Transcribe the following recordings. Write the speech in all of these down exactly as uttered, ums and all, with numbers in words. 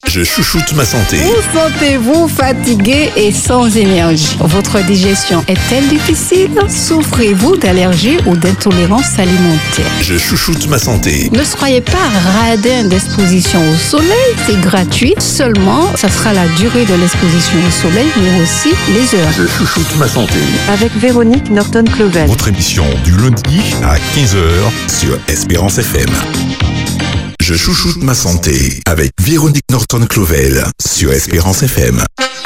Je chouchoute ma santé. Vous sentez-vous fatigué et sans énergie? Votre digestion est-elle difficile? Souffrez-vous d'allergies ou d'intolérance alimentaire? Je chouchoute ma santé. Ne soyez pas radin d'exposition au soleil, c'est gratuit. Seulement, ça sera la durée de l'exposition au soleil, mais aussi les heures. Je chouchoute ma santé. Avec Véronique Norton-Clovel. Votre émission du lundi à quinze heures sur Espérance F M. Je chouchoute ma santé avec Véronique Norton-Clovel sur Espérance F M.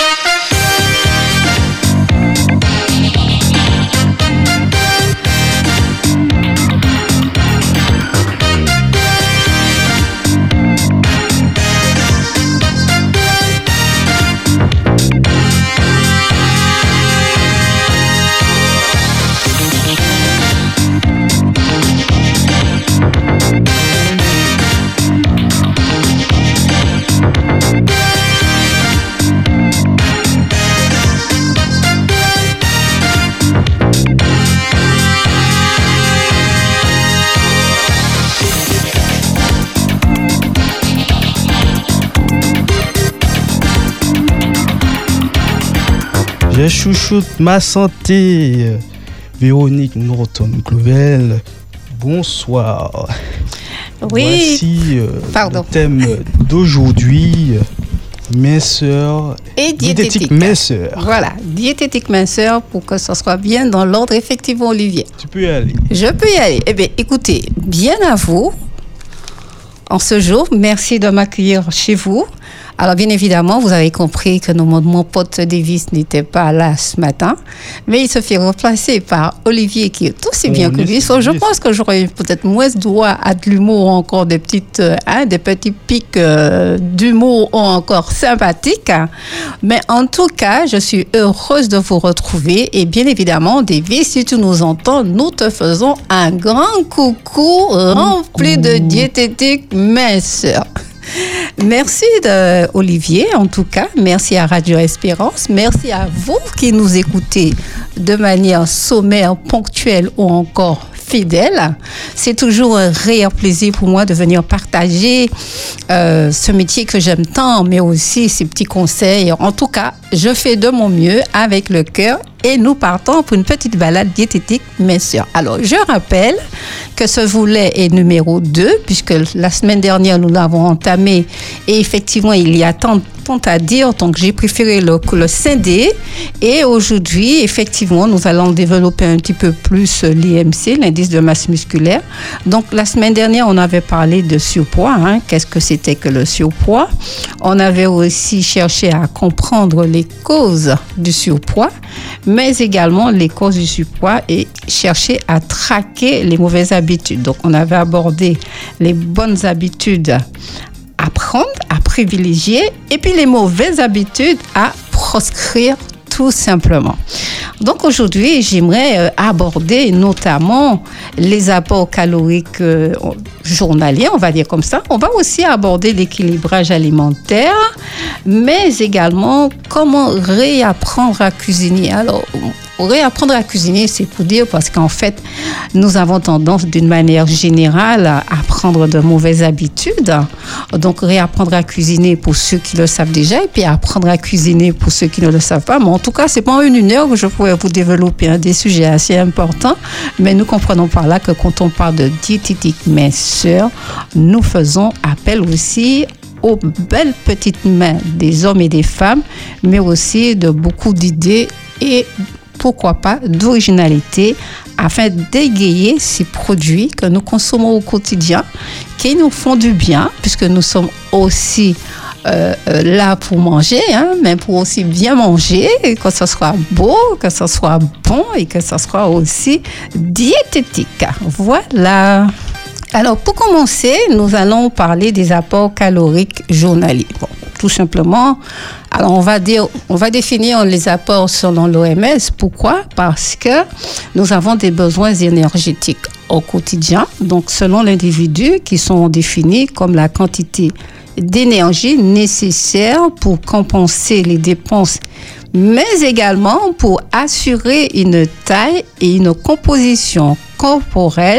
Je chouchoute ma santé. Véronique Norton-Clovel, bonsoir. Oui. Voici euh, Pardon. le thème d'aujourd'hui, minceur Et diététique. minceur. Voilà, diététique minceur pour que ça soit bien dans l'ordre, effectivement, Olivier. Tu peux y aller. Je peux y aller. Eh bien, écoutez, bien à vous. En ce jour, merci de m'accueillir chez vous. Alors, bien évidemment, vous avez compris que mon, mon pote Davis n'était pas là ce matin, mais il se fait remplacer par Olivier, qui est aussi bien que lui. So, je pense que j'aurais peut-être moins de droit à de l'humour, encore des petites, hein, des petits pics euh, d'humour encore sympathiques. Mais en tout cas, je suis heureuse de vous retrouver. Et bien évidemment, Davis, si tu nous entends, nous te faisons un grand coucou rempli de diététique minceur. Merci de Olivier, en tout cas. Merci à Radio Espérance. Merci à vous qui nous écoutez de manière sommaire, ponctuelle ou encore fidèle. C'est toujours un réel plaisir pour moi de venir partager euh, ce métier que j'aime tant, mais aussi ces petits conseils. En tout cas, je fais de mon mieux avec le cœur et nous partons pour une petite balade diététique minceur. Alors, je rappelle que ce volet est numéro deux, puisque la semaine dernière, nous l'avons entamé et effectivement, il y a tant, tant à dire, donc j'ai préféré le, le scinder. Et aujourd'hui, effectivement, nous allons développer un petit peu plus l'I M C, l'indice de masse musculaire. Donc, la semaine dernière, on avait parlé de surpoids. Hein. Qu'est-ce que c'était que le surpoids? On avait aussi cherché à comprendre les causes du surpoids, mais également les causes du surpoids et chercher à traquer les mauvaises habitudes. Donc, on avait abordé les bonnes habitudes à prendre, à privilégier, et puis les mauvaises habitudes à proscrire tout simplement. Donc aujourd'hui, j'aimerais euh, aborder notamment les apports caloriques euh, journaliers, on va dire comme ça. On va aussi aborder l'équilibrage alimentaire, mais également comment réapprendre à cuisiner. Alors, réapprendre à cuisiner, c'est pour dire parce qu'en fait, nous avons tendance d'une manière générale à prendre de mauvaises habitudes. Donc, réapprendre à cuisiner pour ceux qui le savent déjà et puis apprendre à cuisiner pour ceux qui ne le savent pas. Mais en tout cas, c'est pas en une heure que je pourrais vous développer hein, des sujets assez importants. Mais nous comprenons par là que quand on parle de diététique minceur, nous faisons appel aussi aux belles petites mains des hommes et des femmes, mais aussi de beaucoup d'idées et pourquoi pas d'originalité afin d'égayer ces produits que nous consommons au quotidien, qui nous font du bien, puisque nous sommes aussi euh, là pour manger, hein, mais pour aussi bien manger, et que ce soit beau, que ce soit bon et que ce soit aussi diététique. Voilà. Alors, pour commencer, nous allons parler des apports caloriques journaliers. Bon, tout simplement, alors on va dire, on va définir les apports selon l'O M S. Pourquoi? Parce que nous avons des besoins énergétiques au quotidien, donc selon l'individu, qui sont définis comme la quantité d'énergie nécessaire pour compenser les dépenses, mais également pour assurer une taille et une composition corporelle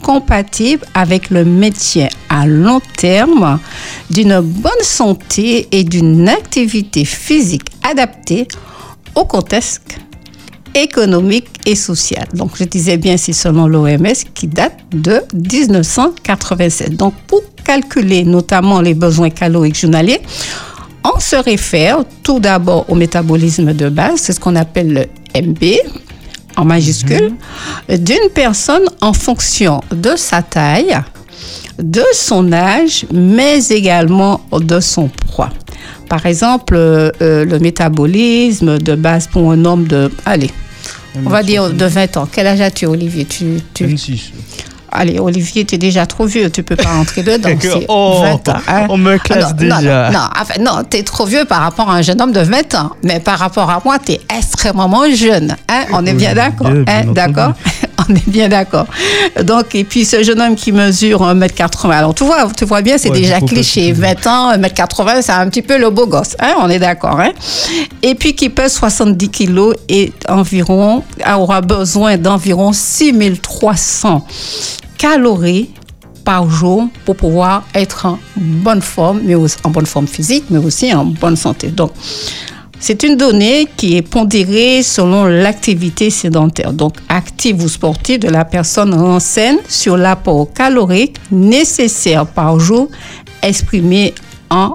compatible avec le maintien à long terme d'une bonne santé et d'une activité physique adaptée au contexte économique et social. Donc, je disais bien, c'est selon l'O M S qui date de dix-neuf cent quatre-vingt-sept. Donc, pour calculer notamment les besoins caloriques journaliers, on se réfère tout d'abord au métabolisme de base, c'est ce qu'on appelle le M B, en majuscule, mmh. d'une personne en fonction de sa taille, de son âge, mais également de son poids. Par exemple, euh, le métabolisme de base pour un homme de, allez, on va dire de vingt ans. Quel âge as-tu, Olivier? tu, tu... vingt-six. Allez, Olivier, tu es déjà trop vieux, tu ne peux pas rentrer dedans. C'est oh, vingt ans. Hein? On me classe non, déjà. Non, non, enfin, non tu es trop vieux par rapport à un jeune homme de vingt ans. Mais par rapport à moi, tu es extrêmement jeune. Hein? On est bien d'accord. Hein? D'accord. On est bien d'accord. Donc, et puis ce jeune homme qui mesure un mètre quatre-vingts. Alors, tu vois, tu vois bien, c'est ouais, déjà cliché. vingt ans, un mètre quatre-vingts, c'est un petit peu le beau gosse. Hein? On est d'accord. Hein? Et puis qui pèse soixante-dix kilos et environ, aura besoin d'environ six mille trois cents calories par jour pour pouvoir être en bonne forme, mais aussi en bonne forme physique, mais aussi en bonne santé. Donc, c'est une donnée qui est pondérée selon l'activité sédentaire. Donc, active ou sportive de la personne renseigne sur l'apport calorique nécessaire par jour exprimé en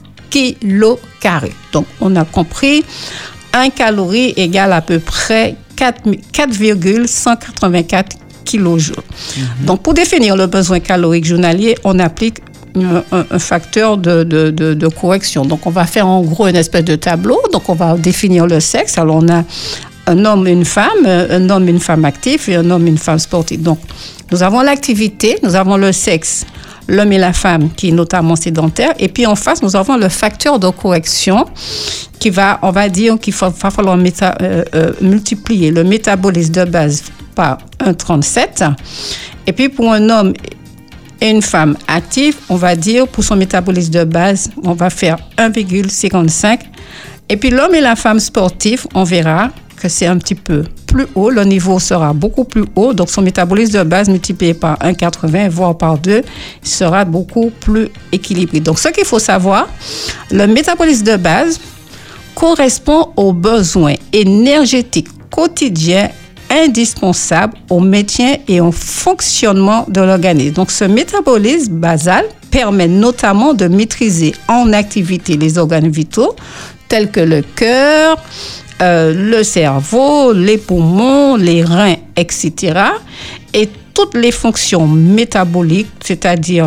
kilocarrés. Donc, on a compris, un calorie égale à peu près quatre virgule cent quatre-vingt-quatre kilojoules. Mm-hmm. Donc, pour définir le besoin calorique journalier, on applique un, un, un facteur de, de, de, de correction. Donc, on va faire en gros une espèce de tableau. Donc, on va définir le sexe. Alors, on a un homme et une femme, un homme et une femme actifs et un homme et une femme sportive. Donc, nous avons l'activité, nous avons le sexe, l'homme et la femme qui est notamment sédentaire. Et puis, en face, nous avons le facteur de correction qui va, on va dire qu'il va, va falloir méta, euh, euh, multiplier le métabolisme de base par un virgule trente-sept. Et puis, pour un homme et une femme active, on va dire, pour son métabolisme de base, on va faire un virgule cinquante-cinq. Et puis, l'homme et la femme sportive, on verra que c'est un petit peu plus haut. Le niveau sera beaucoup plus haut. Donc, son métabolisme de base multiplié par un virgule quatre-vingts, voire par deux, sera beaucoup plus équilibré. Donc, ce qu'il faut savoir, le métabolisme de base correspond aux besoins énergétiques quotidiens indispensable au maintien et au fonctionnement de l'organisme. Donc, ce métabolisme basal permet notamment de maîtriser en activité les organes vitaux tels que le cœur, euh, le cerveau, les poumons, les reins, et cetera. Et toutes les fonctions métaboliques, c'est-à-dire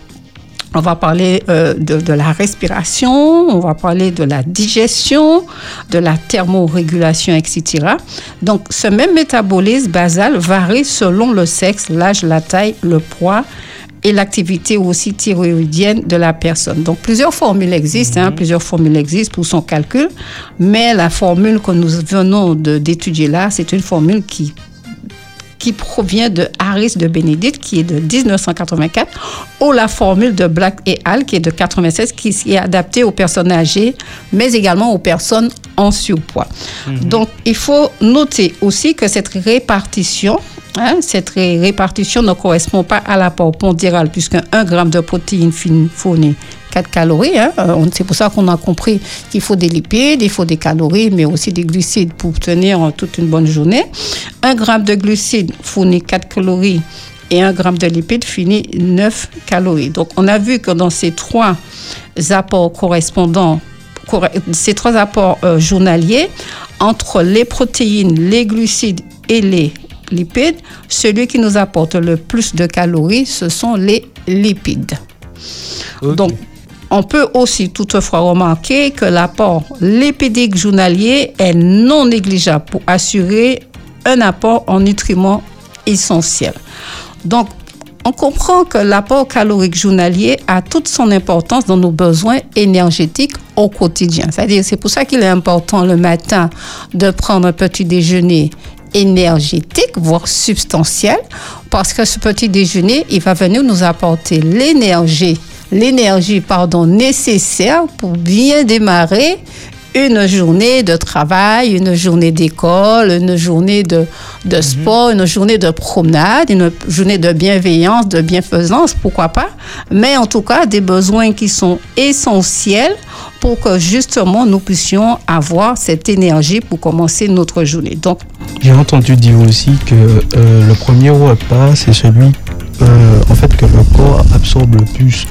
on va parler euh, de, de la respiration, on va parler de la digestion, de la thermorégulation, et cetera. Donc, ce même métabolisme basal varie selon le sexe, l'âge, la taille, le poids et l'activité aussi thyroïdienne de la personne. Donc, plusieurs formules existent, mmh. hein, plusieurs formules existent pour son calcul, mais la formule que nous venons de, d'étudier là, c'est une formule qui qui provient de Harris de Benedict, qui est de dix-neuf cent quatre-vingt-quatre, ou la formule de Black et Al, qui est de quatre-vingt-seize, qui est adaptée aux personnes âgées, mais également aux personnes en surpoids. Mm-hmm. Donc, il faut noter aussi que cette répartition, hein, cette ré- répartition ne correspond pas à l'apport pondéral, puisqu'un gramme de protéines fournit quatre calories. Hein. C'est pour ça qu'on a compris qu'il faut des lipides, il faut des calories, mais aussi des glucides pour tenir toute une bonne journée. Un gramme de glucides fournit quatre calories et un gramme de lipides fournit neuf calories. Donc, on a vu que dans ces trois apports correspondants, ces trois apports euh, journaliers, entre les protéines, les glucides et les lipides, celui qui nous apporte le plus de calories, ce sont les lipides. Okay. Donc, on peut aussi toutefois remarquer que l'apport lipidique journalier est non négligeable pour assurer un apport en nutriments essentiels. Donc, on comprend que l'apport calorique journalier a toute son importance dans nos besoins énergétiques au quotidien. C'est-à-dire, c'est pour ça qu'il est important le matin de prendre un petit déjeuner énergétique, voire substantiel, parce que ce petit déjeuner, il va venir nous apporter l'énergie l'énergie pardon, nécessaire pour bien démarrer une journée de travail, une journée d'école, une journée de, de sport, mm-hmm. une journée de promenade, une journée de bienveillance, de bienfaisance, pourquoi pas. Mais en tout cas, des besoins qui sont essentiels pour que justement nous puissions avoir cette énergie pour commencer notre journée. Donc, j'ai entendu dire aussi que euh, le premier repas, c'est celui euh, en fait que le corps absorbe le plus.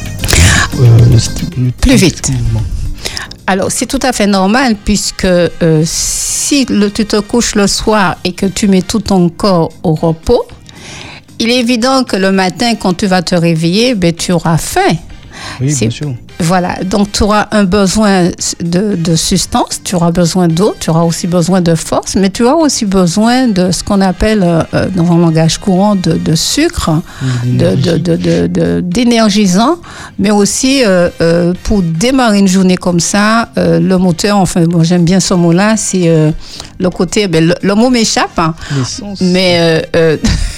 Euh, plus vite. Alors, c'est tout à fait normal puisque euh, si le, tu te couches le soir et que tu mets tout ton corps au repos, il est évident que le matin, quand tu vas te réveiller, ben, tu auras faim. Oui, c'est, bien sûr. Voilà, donc tu auras un besoin de, de substance, tu auras besoin d'eau, tu auras aussi besoin de force, mais tu auras aussi besoin de ce qu'on appelle, euh, dans un langage courant, de, de sucre, de, de, de, de, de, d'énergisant, mais aussi euh, euh, pour démarrer une journée comme ça, euh, le moteur, enfin, bon, j'aime bien ce mot-là, c'est euh, le côté, ben, le, le mot m'échappe, hein, mais euh, euh,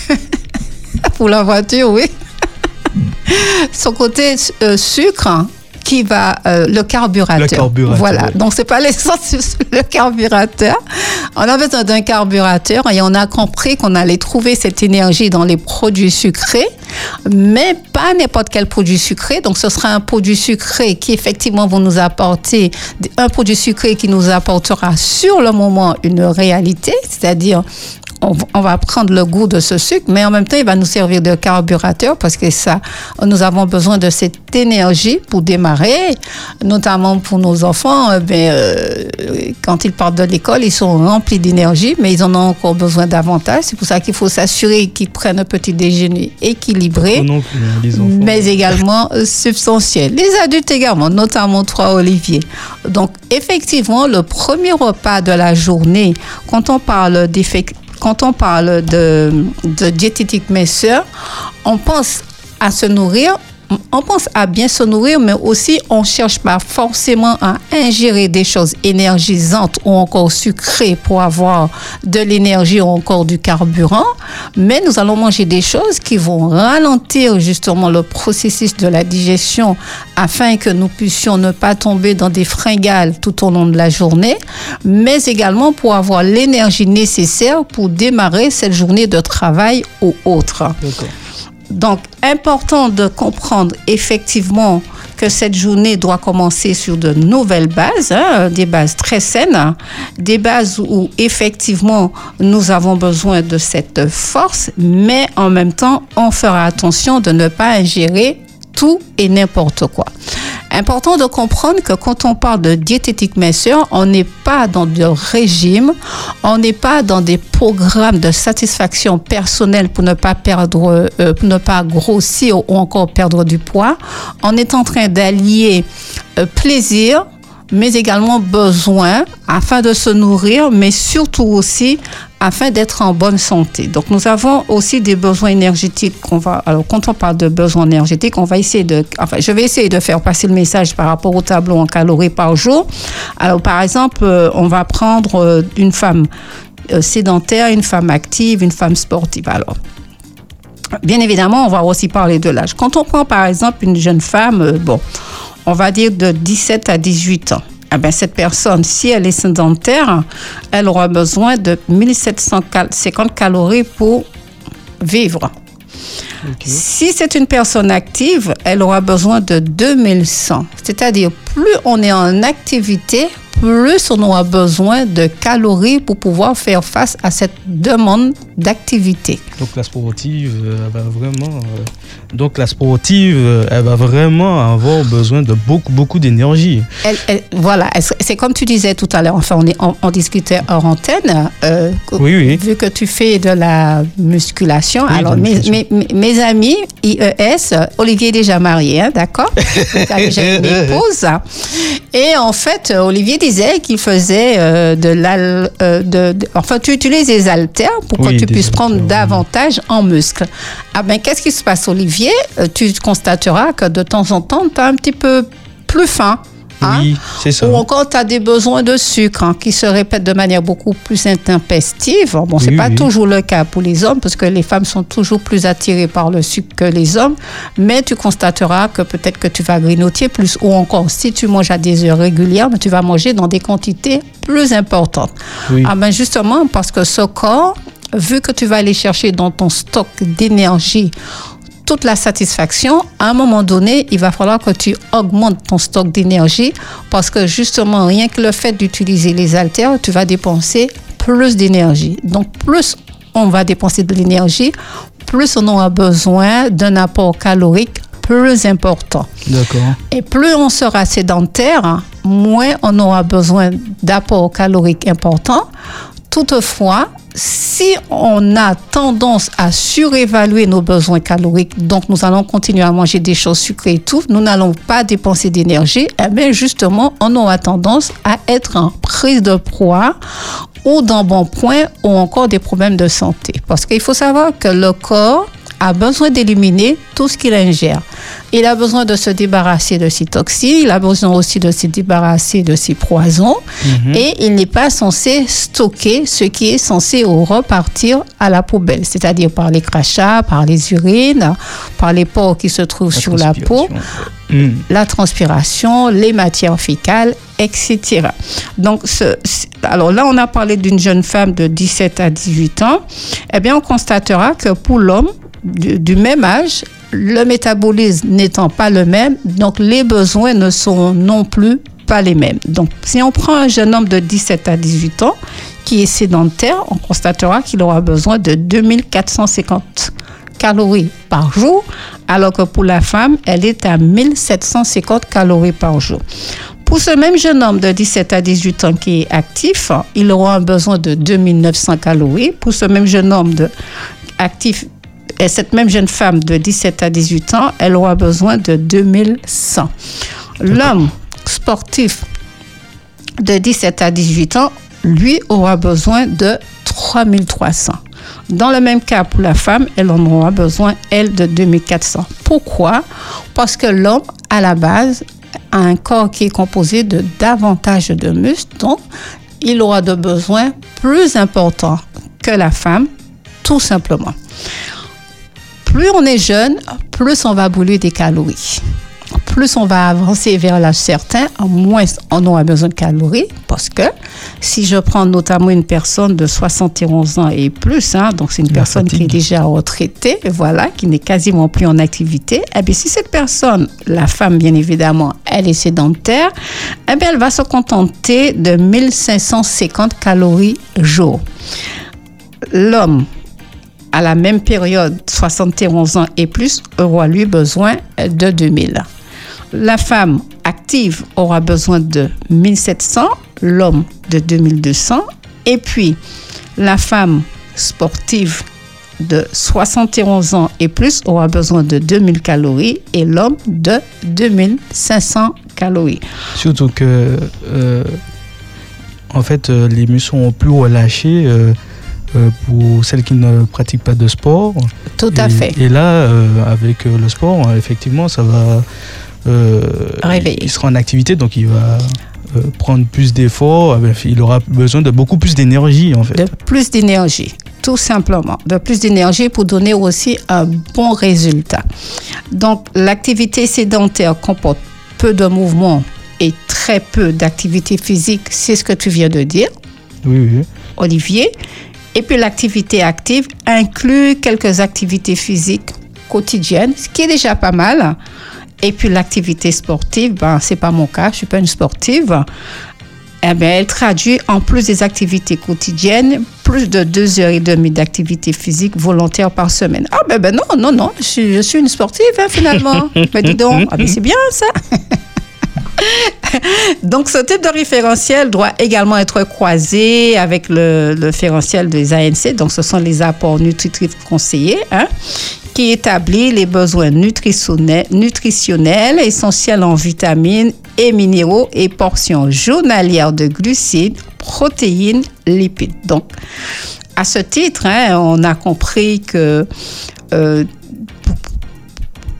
pour la voiture, oui. Son côté euh, sucre qui va euh, le carburateur. Le carburateur. Voilà. Oui. Donc c'est pas l'essence, le carburateur. On a besoin d'un carburateur et on a compris qu'on allait trouver cette énergie dans les produits sucrés, mais pas n'importe quel produit sucré. Donc ce sera un produit sucré qui effectivement va nous apporter un produit sucré qui nous apportera sur le moment une réalité, c'est-à-dire on va prendre le goût de ce sucre, mais en même temps, il va nous servir de carburateur parce que ça, nous avons besoin de cette énergie pour démarrer, notamment pour nos enfants. Ben, euh, quand ils partent de l'école, ils sont remplis d'énergie, mais ils en ont encore besoin davantage. C'est pour ça qu'il faut s'assurer qu'ils prennent un petit déjeuner équilibré, non, les enfants, mais également substantiel. Les adultes également, notamment toi, Olivier. Donc, effectivement, le premier repas de la journée, quand on parle d'effectifs, Quand on parle de, de diététique minceur, on pense à se nourrir, on pense à bien se nourrir, mais aussi on ne cherche pas forcément à ingérer des choses énergisantes ou encore sucrées pour avoir de l'énergie ou encore du carburant, mais nous allons manger des choses qui vont ralentir justement le processus de la digestion afin que nous puissions ne pas tomber dans des fringales tout au long de la journée, mais également pour avoir l'énergie nécessaire pour démarrer cette journée de travail ou autre. D'accord. Donc, important de comprendre effectivement que cette journée doit commencer sur de nouvelles bases, hein, des bases très saines, des bases où effectivement nous avons besoin de cette force, mais en même temps, on fera attention de ne pas ingérer tout et n'importe quoi. Important de comprendre que quand on parle de diététique minceur, on n'est pas dans de régime, on n'est pas dans des programmes de satisfaction personnelle pour ne pas perdre, euh, pour ne pas grossir ou encore perdre du poids. On est en train d'allier euh, plaisir, mais également besoin afin de se nourrir, mais surtout aussi afin d'être en bonne santé. Donc, nous avons aussi des besoins énergétiques qu'on va, alors, quand on parle de besoins énergétiques, on va essayer de, enfin, je vais essayer de faire passer le message par rapport au tableau en calories par jour. Alors, par exemple, on va prendre une femme sédentaire, une femme active, une femme sportive. Alors, bien évidemment, on va aussi parler de l'âge. Quand on prend, par exemple, une jeune femme, bon, on va dire de dix-sept à dix-huit ans. Eh bien, cette personne, si elle est sédentaire, elle aura besoin de mille sept cent cinquante calories pour vivre. Okay. Si c'est une personne active, elle aura besoin de deux mille cent. C'est-à-dire, plus on est en activité, plus on aura besoin de calories pour pouvoir faire face à cette demande d'activité. Donc la sportive, elle va vraiment, euh, donc la sportive, elle va vraiment avoir besoin de beaucoup, beaucoup d'énergie. Elle, elle, voilà, elle, c'est comme tu disais tout à l'heure. Enfin, on, est, on, on discutait hors antenne. Euh, oui, oui. Vu que tu fais de la musculation, oui, alors mes, mes, mes amis I E S, Olivier est déjà marié, hein, d'accord. Donc, j'ai une épouse. Et en fait, Olivier disait qu'il faisait euh, de l'al, euh, de, de, enfin, tu utilises des haltères pour oui, que tu puisses prendre oui. davantage en muscles. Ah ben, qu'est-ce qui se passe, Olivier? Tu constateras que de temps en temps, tu as un petit peu plus faim. Oui, hein? c'est ça. Ou encore, tu as des besoins de sucre hein, qui se répètent de manière beaucoup plus intempestive. Bon, c'est Oui, pas oui. toujours le cas pour les hommes, parce que les femmes sont toujours plus attirées par le sucre que les hommes, mais tu constateras que peut-être que tu vas grignoter plus, ou encore, si tu manges à des heures régulières, mais tu vas manger dans des quantités plus importantes. Oui. Ah ben justement, parce que ce corps, vu que tu vas aller chercher dans ton stock d'énergie toute la satisfaction, à un moment donné, il va falloir que tu augmentes ton stock d'énergie parce que justement, rien que le fait d'utiliser les haltères, tu vas dépenser plus d'énergie. Donc, plus on va dépenser de l'énergie, plus on aura besoin d'un apport calorique plus important. D'accord. Et plus on sera sédentaire, moins on aura besoin d'apports caloriques importants. Toutefois, si on a tendance à surévaluer nos besoins caloriques, donc nous allons continuer à manger des choses sucrées et tout, nous n'allons pas dépenser d'énergie, eh bien justement, on aura tendance à être en prise de poids ou d'embonpoint ou encore des problèmes de santé. Parce qu'il faut savoir que le corps a besoin d'éliminer tout ce qu'il ingère. Il a besoin de se débarrasser de ses toxines, il a besoin aussi de se débarrasser de ses poisons Mhm. et il n'est pas censé stocker ce qui est censé repartir à la poubelle, c'est-à-dire par les crachats, par les urines, par les pores qui se trouvent La sur la peau, transpiration. Mm. la transpiration, les matières fécales, et cetera. Donc, ce, alors là, on a parlé d'une jeune femme de dix-sept à dix-huit ans. Eh bien, on constatera que pour l'homme du, du même âge, le métabolisme n'étant pas le même, donc les besoins ne sont non plus pas les mêmes. Donc, si on prend un jeune homme de dix-sept à dix-huit ans qui est sédentaire, on constatera qu'il aura besoin de deux mille quatre cent cinquante calories par jour, alors que pour la femme, elle est à mille sept cent cinquante calories par jour. Pour ce même jeune homme de dix-sept à dix-huit ans qui est actif, il aura un besoin de deux mille neuf cents calories. Pour ce même jeune homme de actif, et cette même jeune femme de dix-sept à dix-huit ans, elle aura besoin de deux mille cent. L'homme sportif de dix-sept à dix-huit ans, lui, aura besoin de trois mille trois cents. Dans le même cas pour la femme, elle en aura besoin, elle, de deux mille quatre cents. Pourquoi? Parce que l'homme, à la base, a un corps qui est composé de davantage de muscles, donc il aura de besoins plus importants que la femme, tout simplement. Plus on est jeune, plus on va brûler des calories. Plus on va avancer vers l'âge certain, moins on aura besoin de calories. Parce que si je prends notamment une personne de soixante et onze ans et plus, hein, donc c'est une La personne fatigue. qui est déjà retraitée, voilà, qui n'est quasiment plus en activité, eh bien si cette personne, la femme bien évidemment, elle est sédentaire, eh bien elle va se contenter de mille cinq cent cinquante calories jour. L'homme, à la même période, soixante et onze ans et plus, aura lui besoin de deux mille. La femme active aura besoin de mille sept cents, l'homme de deux mille deux cents, et puis la femme sportive de soixante et onze ans et plus aura besoin de deux mille calories et l'homme de deux mille cinq cents calories. Surtout que, euh, en fait, euh, les muscles sont plus relâchés euh, euh, pour celles qui ne pratiquent pas de sport. Tout à et, fait. Et là, euh, avec euh, le sport, euh, effectivement, ça va. Euh, Réveiller. Il sera en activité, donc il va euh, prendre plus d'efforts. euh, Il aura besoin de beaucoup plus d'énergie, en fait. De plus d'énergie, tout simplement. De plus d'énergie pour donner aussi un bon résultat. Donc, l'activité sédentaire comporte peu de mouvements et très peu d'activité physique. C'est ce que tu viens de dire, Oui, oui. Olivier. Et puis, l'activité active inclut quelques activités physiques quotidiennes, ce qui est déjà pas mal. Et puis, l'activité sportive, ben, c'est pas mon cas, je suis pas une sportive. Eh bien, elle traduit, en plus des activités quotidiennes, plus de deux heures et demie d'activité physique volontaire par semaine. Ah ben, ben non, non, non, je suis, je suis une sportive, hein, finalement. Mais dis donc, ah ben c'est bien ça. Donc, ce type de référentiel doit également être croisé avec le, le référentiel des A N C. Donc, ce sont les apports nutritifs conseillés, hein, qui établit les besoins nutritionnels, nutritionnels essentiels en vitamines et minéraux et portions journalières de glucides, protéines, lipides. Donc, à ce titre, hein, on a compris que euh,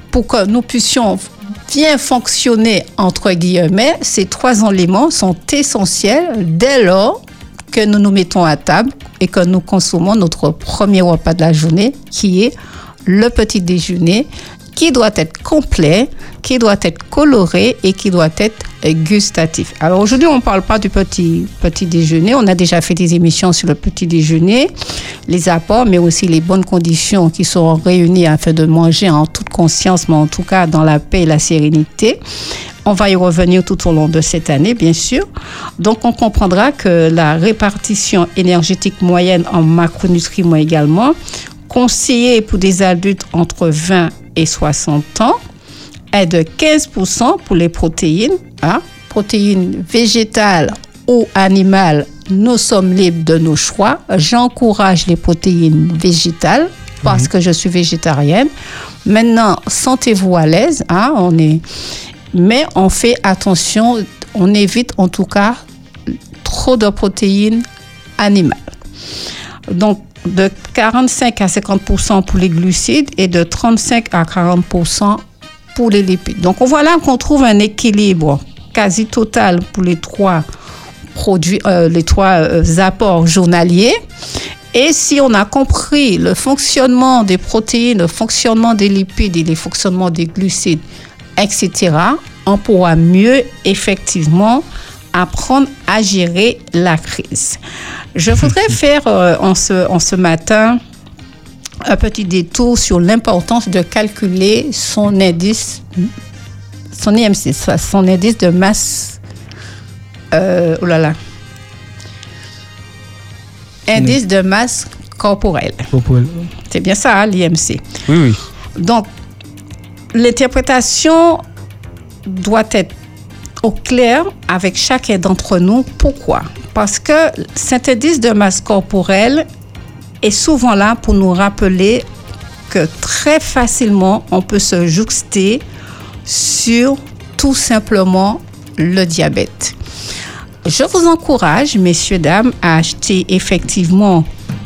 pour que nous puissions bien fonctionner, entre guillemets, ces trois éléments sont essentiels dès lors que nous nous mettons à table et que nous consommons notre premier repas de la journée, qui est le petit déjeuner, qui doit être complet, qui doit être coloré et qui doit être gustatif. Alors aujourd'hui, on ne parle pas du petit, petit déjeuner. On a déjà fait des émissions sur le petit déjeuner, les apports, mais aussi les bonnes conditions qui sont réunies afin de manger en toute conscience, mais en tout cas dans la paix et la sérénité. On va y revenir tout au long de cette année, bien sûr. Donc, on comprendra que la répartition énergétique moyenne en macronutriments également, conseillée pour des adultes entre vingt et soixante ans, est de quinze pour cent pour les protéines, hein, protéines végétales ou animales. Nous sommes libres de nos choix. J'encourage les protéines végétales parce mmh. que je suis végétarienne. Maintenant, sentez-vous à l'aise, hein, on est, mais on fait attention, on évite en tout cas trop de protéines animales. Donc, de quarante-cinq à cinquante pour cent pour les glucides et de trente-cinq à quarante pour cent pour les lipides. Donc, on voit là qu'on trouve un équilibre quasi total pour les trois produits, euh, les trois euh, apports journaliers. Et si on a compris le fonctionnement des protéines, le fonctionnement des lipides et le fonctionnement des glucides, et cetera, on pourra mieux effectivement apprendre à gérer la crise. Je voudrais faire euh, en, ce, en ce matin un petit détour sur l'importance de calculer son indice, son I M C, son indice de masse. Euh, oh là là. Indice oui. de masse corporelle. Corporelle. C'est bien ça, hein, l'I M C. Oui, oui. Donc, l'interprétation doit être au clair avec chacun d'entre nous. Pourquoi? Parce que cet indice de masse corporelle est souvent là pour nous rappeler que très facilement, on peut se jouxter sur tout simplement le diabète. Je vous encourage, messieurs, dames, à acheter effectivement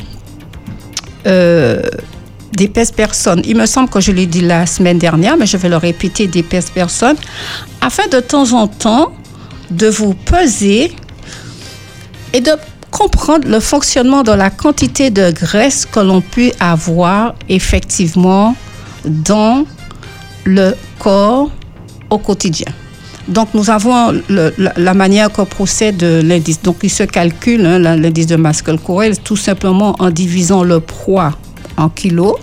euh, des pèse-personnes. Il me semble que je l'ai dit la semaine dernière, mais je vais le répéter, des pèse-personnes, afin de temps en temps de vous peser et de comprendre le fonctionnement de la quantité de graisse que l'on peut avoir effectivement dans le corps au quotidien. Donc, nous avons le, la, la manière que procède l'indice. Donc, il se calcule, hein, l'indice de masse corporelle, tout simplement en divisant le poids en kilos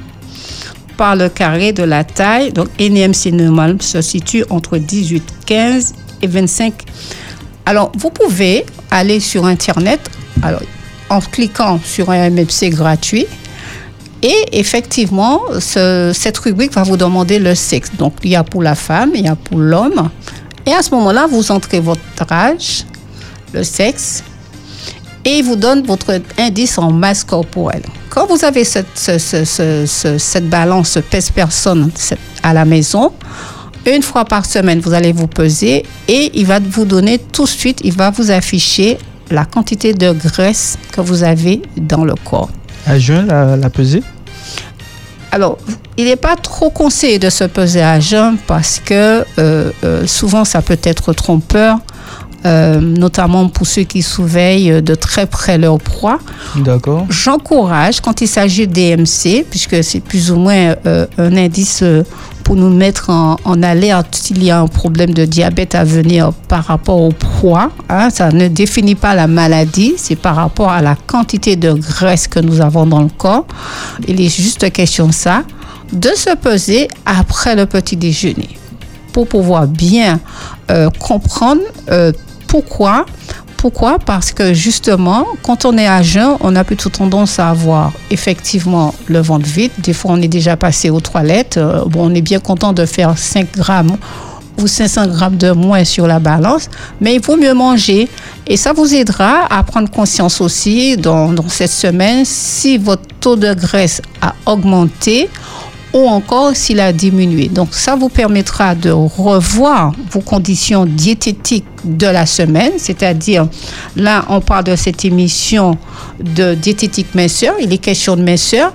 par le carré de la taille. Donc, N I M C normal se situe entre dix-huit, quinze et vingt-cinq. Alors, vous pouvez aller sur Internet alors, en cliquant sur un M M C gratuit. Et effectivement, ce, cette rubrique va vous demander le sexe. Donc, il y a pour la femme, il y a pour l'homme. Et à ce moment-là, vous entrez votre âge, le sexe, et il vous donne votre indice en masse corporelle. Quand vous avez cette, ce, ce, ce, ce, cette balance pèse-personne à la maison, une fois par semaine, vous allez vous peser et il va vous donner tout de suite, il va vous afficher la quantité de graisse que vous avez dans le corps. À jeun, la, la peser? Alors, il n'est pas trop conseillé de se peser à jeun parce que euh, euh, souvent, ça peut être trompeur, euh, notamment pour ceux qui surveillent de très près leur poids. D'accord. J'encourage, quand il s'agit d'I M C, puisque c'est plus ou moins euh, un indice euh, pour nous mettre en, en alerte s'il y a un problème de diabète à venir par rapport au poids. Hein, ça ne définit pas la maladie, c'est par rapport à la quantité de graisse que nous avons dans le corps. Il est juste question de ça, de se peser après le petit déjeuner pour pouvoir bien euh, comprendre euh, pourquoi. Pourquoi? Parce que justement, quand on est à jeun, on a plutôt tendance à avoir effectivement le ventre vide. Des fois, on est déjà passé aux toilettes. Euh, bon, on est bien content de faire cinq grammes ou cinq cents grammes de moins sur la balance, mais il vaut mieux manger. Et ça vous aidera à prendre conscience aussi dans, dans cette semaine si votre taux de graisse a augmenté ou encore s'il a diminué. Donc, ça vous permettra de revoir vos conditions diététiques de la semaine, c'est-à-dire, là, on parle de cette émission de diététique minceur, il est question de minceur,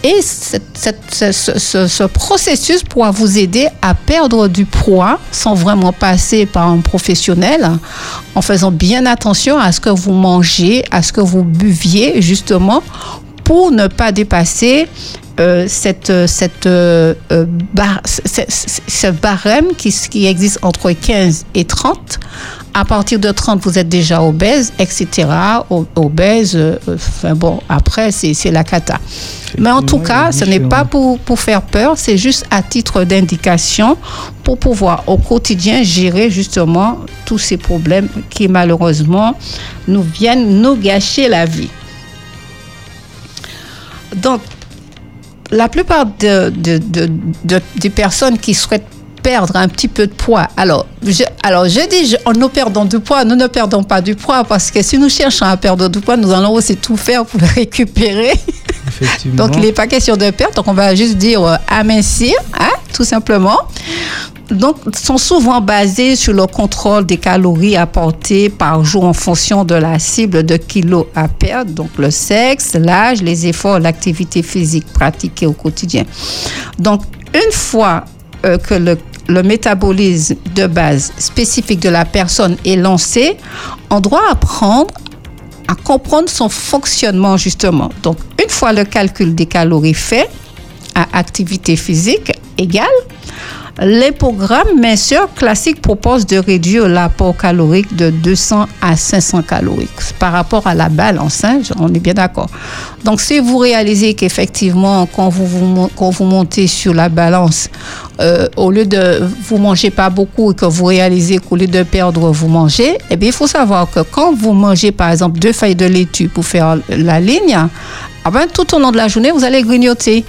Et cette, cette, ce, ce, ce processus pourra vous aider à perdre du poids sans vraiment passer par un professionnel, en faisant bien attention à ce que vous mangez, à ce que vous buviez, justement, pour ne pas dépasser euh, cette, cette, euh, bar, ce, ce barème qui, qui existe entre quinze et trente. À partir de trente, vous êtes déjà obèse, et cetera. Obèse, euh, enfin bon, après, c'est, c'est la cata. Mais en tout cas, ce n'est pas pour, pour faire peur, c'est juste à titre d'indication pour pouvoir au quotidien gérer justement tous ces problèmes qui malheureusement nous viennent nous gâcher la vie. Donc, la plupart de, de, de, de, des personnes qui souhaitent perdre un petit peu de poids. Alors, je, alors, je dis, je, nous perdons du poids, nous ne perdons pas du poids parce que si nous cherchons à perdre du poids, nous allons aussi tout faire pour le récupérer. Effectivement. Donc, il n'est pas question de perdre, donc on va juste dire euh, amincir, hein, tout simplement. Donc, sont souvent basés sur le contrôle des calories apportées par jour en fonction de la cible de kilos à perdre, donc le sexe, l'âge, les efforts, l'activité physique pratiquée au quotidien. Donc, une fois euh, que le le métabolisme de base spécifique de la personne est lancé, on doit apprendre à comprendre son fonctionnement justement. Donc, une fois le calcul des calories fait, à activité physique égale, les programmes minceurs classiques proposent de réduire l'apport calorique de deux cents à cinq cents calories par rapport à la balance, hein, on est bien d'accord. Donc, si vous réalisez qu'effectivement, quand vous, vous, quand vous montez sur la balance, euh, au lieu de vous mangez pas beaucoup et que vous réalisez qu'au lieu de perdre, vous mangez, eh bien, il faut savoir que quand vous mangez, par exemple, deux feuilles de laitue pour faire la ligne, eh bien, tout au long de la journée, vous allez grignoter.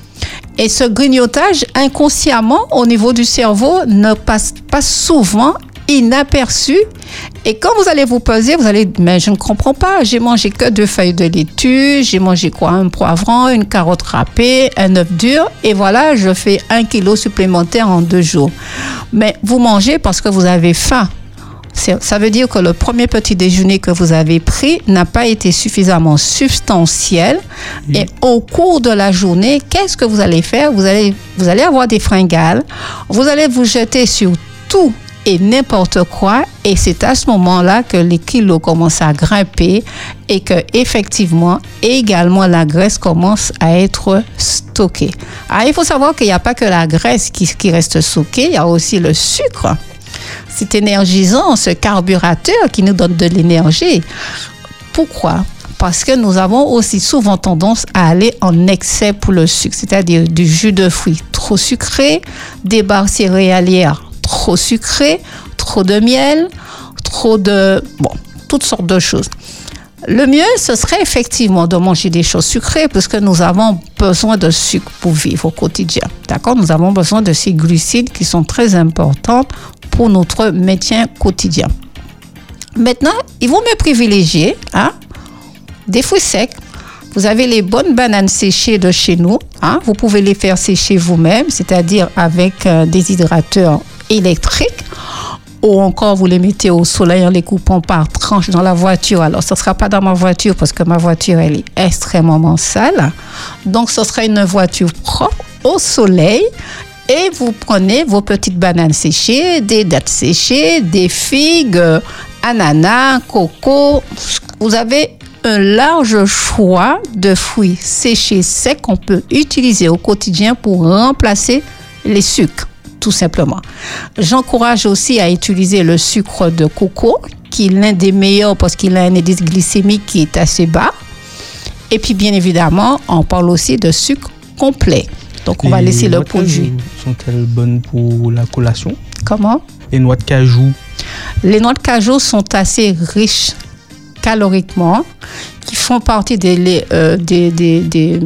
Et ce grignotage, inconsciemment, au niveau du cerveau, ne passe pas souvent inaperçu. Et quand vous allez vous peser, vous allez dire, mais je ne comprends pas, j'ai mangé que deux feuilles de laitue, j'ai mangé quoi? Un poivron, une carotte râpée, un œuf dur, et voilà, je fais un kilo supplémentaire en deux jours. Mais vous mangez parce que vous avez faim. Ça veut dire que le premier petit déjeuner que vous avez pris n'a pas été suffisamment substantiel. Mmh. Et au cours de la journée, qu'est-ce que vous allez faire? Vous allez, vous allez avoir des fringales. Vous allez vous jeter sur tout et n'importe quoi. Et c'est à ce moment-là que les kilos commencent à grimper et que effectivement, également, la graisse commence à être stockée. Alors, il faut savoir qu'il n'y a pas que la graisse qui, qui reste stockée, il y a aussi le sucre. C'est énergisant, ce carburateur qui nous donne de l'énergie. Pourquoi? Parce que nous avons aussi souvent tendance à aller en excès pour le sucre, c'est-à-dire du jus de fruits trop sucré, des barres céréalières trop sucrées, trop de miel, trop de... bon, toutes sortes de choses. Le mieux, ce serait effectivement de manger des choses sucrées parce que nous avons besoin de sucre pour vivre au quotidien. D'accord? Nous avons besoin de ces glucides qui sont très importants pour notre maintien quotidien. Maintenant, il vaut mieux privilégier hein, des fruits secs. Vous avez les bonnes bananes séchées de chez nous. Hein, vous pouvez les faire sécher vous-même, c'est-à-dire avec un déshydrateur électrique. Ou encore, vous les mettez au soleil en les coupant par tranches dans la voiture. Alors, ce ne sera pas dans ma voiture parce que ma voiture, elle est extrêmement sale. Donc, ce sera une voiture propre au soleil. Et vous prenez vos petites bananes séchées, des dattes séchées, des figues, ananas, coco. Vous avez un large choix de fruits séchés secs qu'on peut utiliser au quotidien pour remplacer les sucres, tout simplement. J'encourage aussi à utiliser le sucre de coco, qui est l'un des meilleurs parce qu'il a un indice glycémique qui est assez bas. Et puis, bien évidemment, on parle aussi de sucre complet. Donc, on Et va laisser le produit. Sont-elles bonnes pour la collation? Comment? Les noix de cajou. Les noix de cajou sont assez riches caloriquement, qui font partie des, euh, des, des, des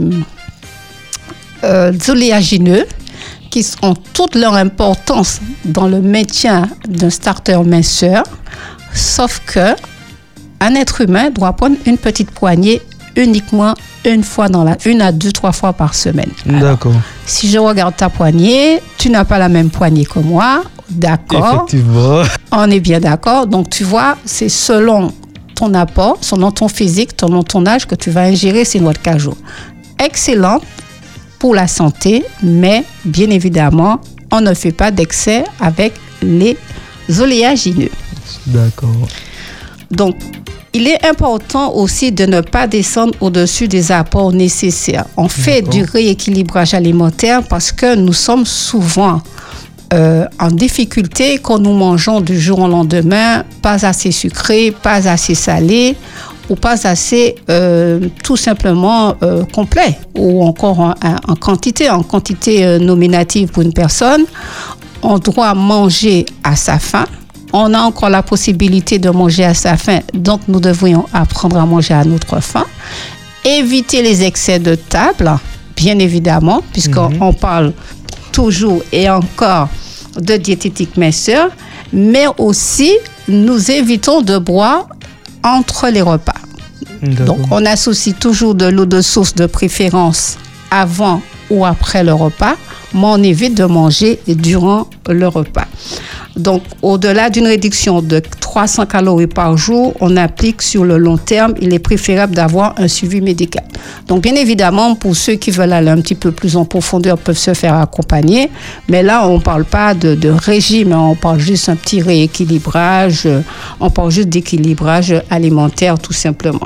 euh, oléagineux, qui ont toute leur importance dans le maintien d'un starter minceur, sauf que un être humain doit prendre une petite poignée uniquement une fois dans la, une à deux, trois fois par semaine. Alors, d'accord. Si je regarde ta poignée, tu n'as pas la même poignée que moi, d'accord. Effectivement. On est bien d'accord. Donc, tu vois, c'est selon ton apport, selon ton physique, selon ton âge que tu vas ingérer ces noix de cajou. Excellente pour la santé, mais bien évidemment, on ne fait pas d'excès avec les oléagineux. D'accord. Donc, il est important aussi de ne pas descendre au-dessus des apports nécessaires. On fait D'accord. du rééquilibrage alimentaire parce que nous sommes souvent euh, en difficulté quand nous mangeons du jour au lendemain, pas assez sucré, pas assez salé ou pas assez euh, tout simplement euh, complet ou encore en, en quantité, en quantité euh, nominative pour une personne. On doit manger à sa faim. On a encore la possibilité de manger à sa faim, donc nous devrions apprendre à manger à notre faim. Éviter les excès de table, bien évidemment, puisqu'on mm-hmm. on parle toujours et encore de diététique minceur, mais aussi nous évitons de boire entre les repas. D'accord. Donc on associe toujours de l'eau de source de préférence avant ou après le repas, mais on évite de manger durant le repas. Donc, au-delà d'une réduction de trois cents calories par jour, on applique sur le long terme, il est préférable d'avoir un suivi médical. Donc, bien évidemment, pour ceux qui veulent aller un petit peu plus en profondeur, peuvent se faire accompagner. Mais là, on ne parle pas de, de régime, on parle juste un petit rééquilibrage, on parle juste d'équilibrage alimentaire, tout simplement.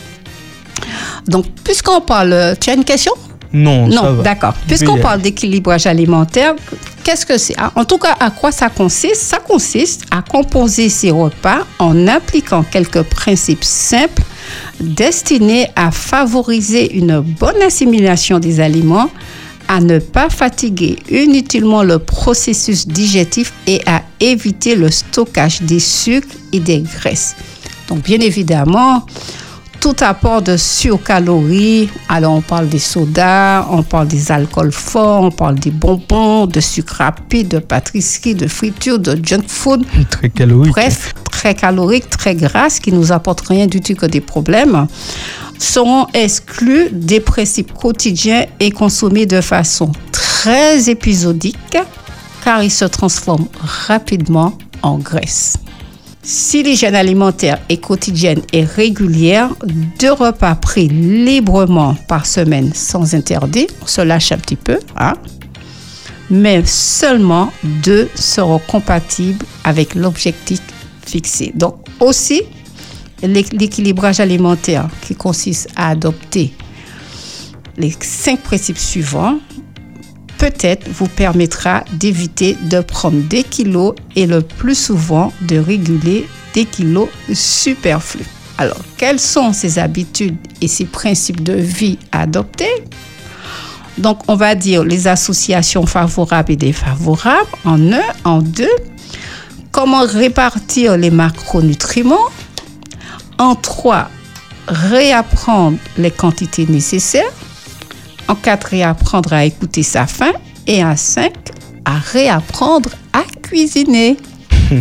Donc, puisqu'on parle... Tu as une question ? Non, non, ça va. D'accord. Puisqu'on parle d'équilibrage alimentaire, qu'est-ce que c'est? En tout cas, à quoi ça consiste? Ça consiste à composer ses repas en appliquant quelques principes simples destinés à favoriser une bonne assimilation des aliments, à ne pas fatiguer inutilement le processus digestif et à éviter le stockage des sucres et des graisses. Donc, bien évidemment, tout apport de surcalories, alors on parle des sodas, on parle des alcools forts, on parle des bonbons, de sucre rapide, de pâtisserie, de friture, de junk food. Très calorique. Bref, très calorique, très grasse, qui nous apportent rien du tout que des problèmes, seront exclus des principes quotidiens et consommés de façon très épisodique, car ils se transforment rapidement en graisse. Si l'hygiène alimentaire est quotidienne et régulière, deux repas pris librement par semaine sans interdit, on se lâche un petit peu, hein, mais seulement deux seront compatibles avec l'objectif fixé. Donc aussi, l'équilibrage alimentaire qui consiste à adopter les cinq principes suivants, peut-être vous permettra d'éviter de prendre des kilos et le plus souvent de réguler des kilos superflus. Alors, quelles sont ces habitudes et ces principes de vie à adopter? Donc, on va dire les associations favorables et défavorables en un, en deux. Comment répartir les macronutriments? En trois, réapprendre les quantités nécessaires. En quatre, réapprendre à écouter sa faim. Et en cinq, à réapprendre à cuisiner. Hum.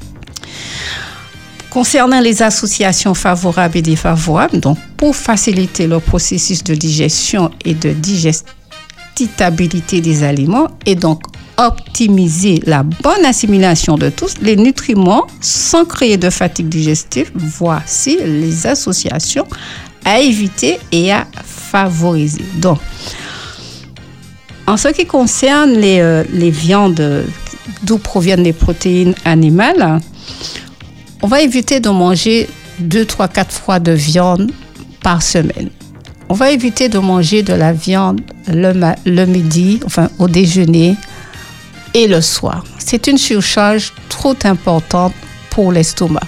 Concernant les associations favorables et défavorables, donc pour faciliter le processus de digestion et de digestibilité des aliments et donc optimiser la bonne assimilation de tous les nutriments sans créer de fatigue digestive, voici les associations à éviter et à favoriser. Donc, en ce qui concerne les, euh, les viandes d'où proviennent les protéines animales, on va éviter de manger deux, trois, quatre fois de viande par semaine. On va éviter de manger de la viande le, ma- le midi, enfin au déjeuner et le soir. C'est une surcharge trop importante pour l'estomac.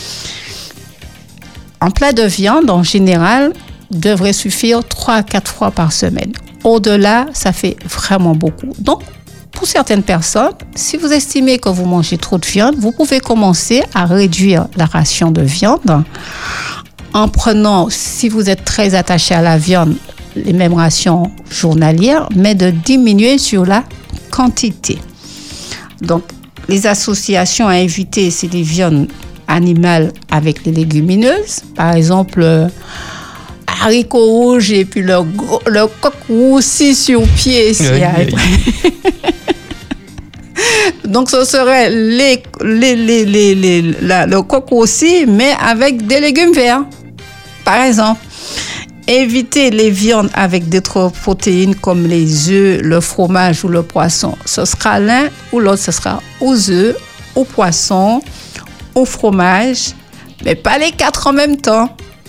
Un plat de viande, en général, devrait suffire trois à quatre fois par semaine. Au-delà, ça fait vraiment beaucoup. Donc, pour certaines personnes, si vous estimez que vous mangez trop de viande, vous pouvez commencer à réduire la ration de viande en prenant, si vous êtes très attaché à la viande, les mêmes rations journalières, mais de diminuer sur la quantité. Donc, les associations à éviter, c'est les viandes animales avec les légumineuses. Par exemple, euh, haricots rouges et puis le, le coq roussi sur pied. Oui, oui. Donc, ce serait les, les, les, les, les, la, le coq roussi, mais avec des légumes verts, par exemple. éviter les viandes avec d'autres protéines comme les œufs, le fromage ou le poisson. Ce sera l'un ou l'autre, ce sera aux œufs, au poisson, au fromage, mais pas les quatre en même temps.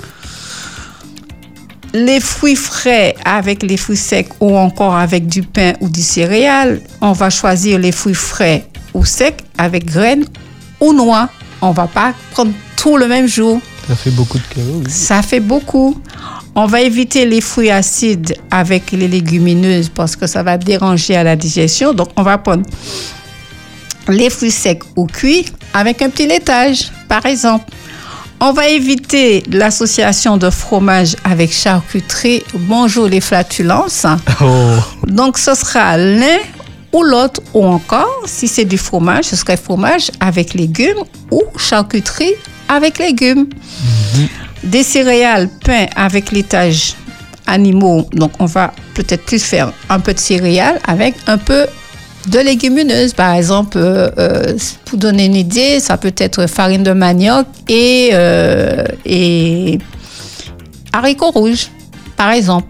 Les fruits frais avec les fruits secs ou encore avec du pain ou du céréal, on va choisir les fruits frais ou secs avec graines ou noix. On ne va pas prendre tout le même jour. Ça fait beaucoup de calories. Ça fait beaucoup. On va éviter les fruits acides avec les légumineuses parce que ça va déranger à la digestion. Donc, on va prendre les fruits secs ou cuits avec un petit laitage, par exemple. On va éviter l'association de fromage avec charcuterie. Bonjour les flatulences. Oh. Donc, ce sera l'un ou l'autre, ou encore, si c'est du fromage, ce serait fromage avec légumes ou charcuterie avec légumes. Mm-hmm. Des céréales, pain avec laitage animaux. Donc, on va peut-être plus faire un peu de céréales avec un peu de légumineuses. Par exemple, euh, euh, pour donner une idée, ça peut être farine de manioc et, euh, et haricots rouges, par exemple.